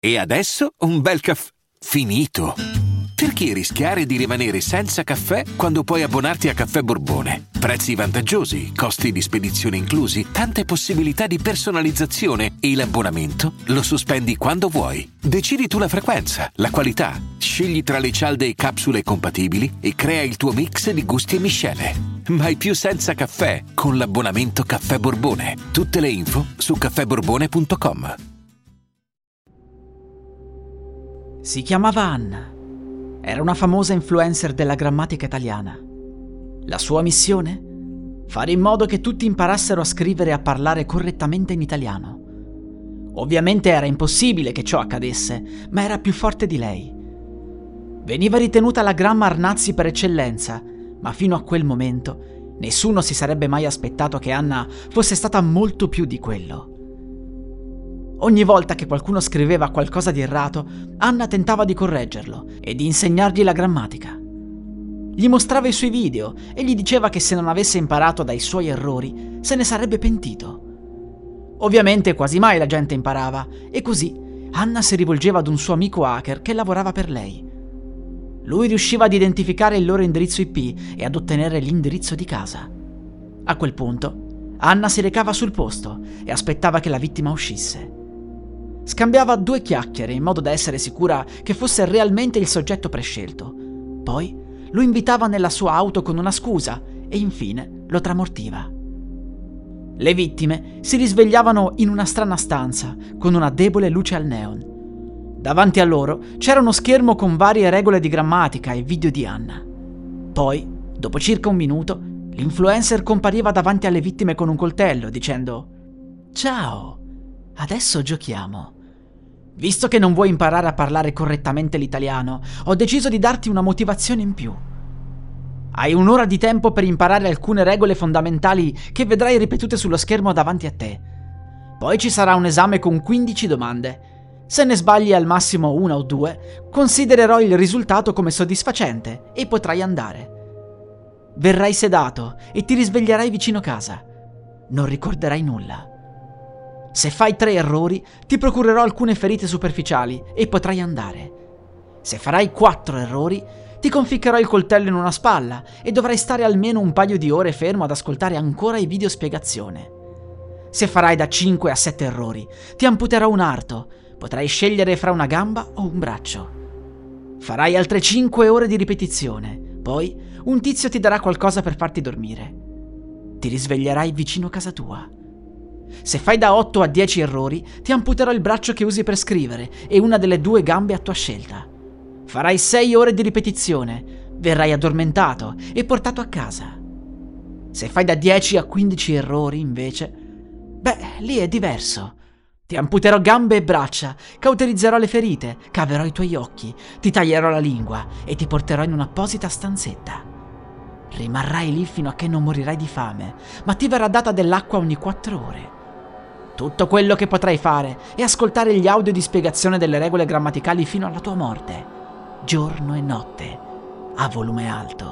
E adesso un bel caffè finito. Perché rischiare di rimanere senza caffè quando puoi abbonarti a Caffè Borbone? Prezzi vantaggiosi, costi di spedizione inclusi, tante possibilità di personalizzazione e l'abbonamento lo sospendi quando vuoi. Decidi tu la frequenza, la qualità, scegli tra le cialde e capsule compatibili e crea il tuo mix di gusti e miscele. Mai più senza caffè con l'abbonamento Caffè Borbone. Tutte le info su caffèborbone.com. Si chiamava Anna. Era una famosa influencer della grammatica italiana. La sua missione? Fare in modo che tutti imparassero a scrivere e a parlare correttamente in italiano. Ovviamente era impossibile che ciò accadesse, ma era più forte di lei. Veniva ritenuta la grammar nazi per eccellenza, ma fino a quel momento nessuno si sarebbe mai aspettato che Anna fosse stata molto più di quello. Ogni volta che qualcuno scriveva qualcosa di errato, Anna tentava di correggerlo e di insegnargli la grammatica. Gli mostrava i suoi video e gli diceva che se non avesse imparato dai suoi errori, se ne sarebbe pentito. Ovviamente quasi mai la gente imparava e così Anna si rivolgeva ad un suo amico hacker che lavorava per lei. Lui riusciva ad identificare il loro indirizzo IP e ad ottenere l'indirizzo di casa. A quel punto, Anna si recava sul posto e aspettava che la vittima uscisse. Scambiava 2 chiacchiere in modo da essere sicura che fosse realmente il soggetto prescelto. Poi lo invitava nella sua auto con una scusa e infine lo tramortiva. Le vittime si risvegliavano in una strana stanza con una debole luce al neon. Davanti a loro c'era uno schermo con varie regole di grammatica e video di Anna. Poi, dopo circa un minuto, l'influencer compariva davanti alle vittime con un coltello dicendo: «Ciao! Adesso giochiamo. Visto che non vuoi imparare a parlare correttamente l'italiano, ho deciso di darti una motivazione in più. Hai 1 ora di tempo per imparare alcune regole fondamentali che vedrai ripetute sullo schermo davanti a te. Poi ci sarà un esame con 15 domande. Se ne sbagli al massimo 1 o 2, considererò il risultato come soddisfacente e potrai andare. Verrai sedato e ti risveglierai vicino casa. Non ricorderai nulla. Se fai 3 errori, ti procurerò alcune ferite superficiali e potrai andare. Se farai 4 errori, ti conficcherò il coltello in una spalla e dovrai stare almeno un paio di ore fermo ad ascoltare ancora i video spiegazione. Se farai da 5 a 7 errori, ti amputerò un arto, potrai scegliere fra una gamba o un braccio. Farai altre 5 ore di ripetizione, poi un tizio ti darà qualcosa per farti dormire. Ti risveglierai vicino casa tua. Se fai da 8 a 10 errori, ti amputerò il braccio che usi per scrivere e una delle 2 gambe a tua scelta. Farai 6 ore di ripetizione, verrai addormentato e portato a casa. Se fai da 10 a 15 errori, invece, lì è diverso. Ti amputerò gambe e braccia, cauterizzerò le ferite, caverò i tuoi occhi, ti taglierò la lingua e ti porterò in un'apposita stanzetta. Rimarrai lì fino a che non morirai di fame, ma ti verrà data dell'acqua ogni 4 ore. Tutto quello che potrai fare è ascoltare gli audio di spiegazione delle regole grammaticali fino alla tua morte, giorno e notte, a volume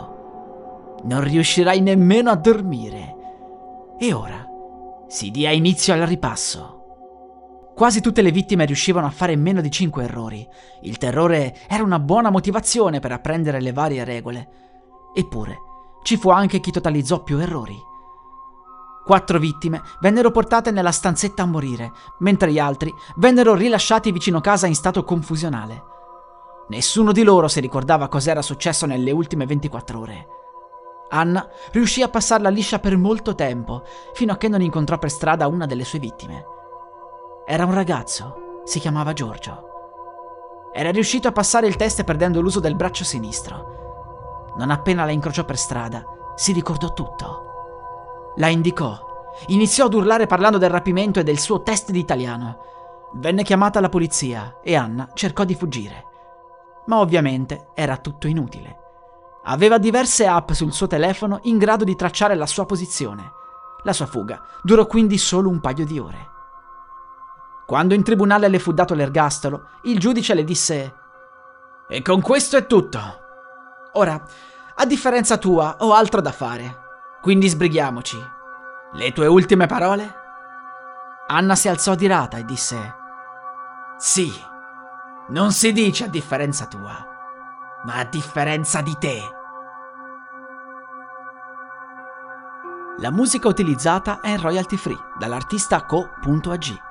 alto. Non riuscirai nemmeno a dormire. E ora si dia inizio al ripasso. Quasi tutte le vittime riuscivano a fare meno di 5 errori. Il terrore era una buona motivazione per apprendere le varie regole. Eppure, ci fu anche chi totalizzò più errori. 4 vittime vennero portate nella stanzetta a morire, mentre gli altri vennero rilasciati vicino casa in stato confusionale. Nessuno di loro si ricordava cos'era successo nelle ultime 24 ore. Anna riuscì a passarla liscia per molto tempo, fino a che non incontrò per strada una delle sue vittime. Era un ragazzo, si chiamava Giorgio. Era riuscito a passare il test perdendo l'uso del braccio sinistro. Non appena la incrociò per strada, si ricordò tutto. La indicò, iniziò ad urlare parlando del rapimento e del suo test di italiano. Venne chiamata la polizia e Anna cercò di fuggire. Ma ovviamente era tutto inutile. Aveva diverse app sul suo telefono in grado di tracciare la sua posizione. La sua fuga durò quindi solo un paio di ore. Quando in tribunale le fu dato l'ergastolo, il giudice le disse: «E con questo è tutto. Ora, a differenza tua, ho altro da fare. Quindi sbrighiamoci. Le tue ultime parole?» Anna si alzò adirata e disse: «Sì, Non si dice a differenza tua, ma a differenza di te. La musica utilizzata è in royalty free dall'artista co.ag.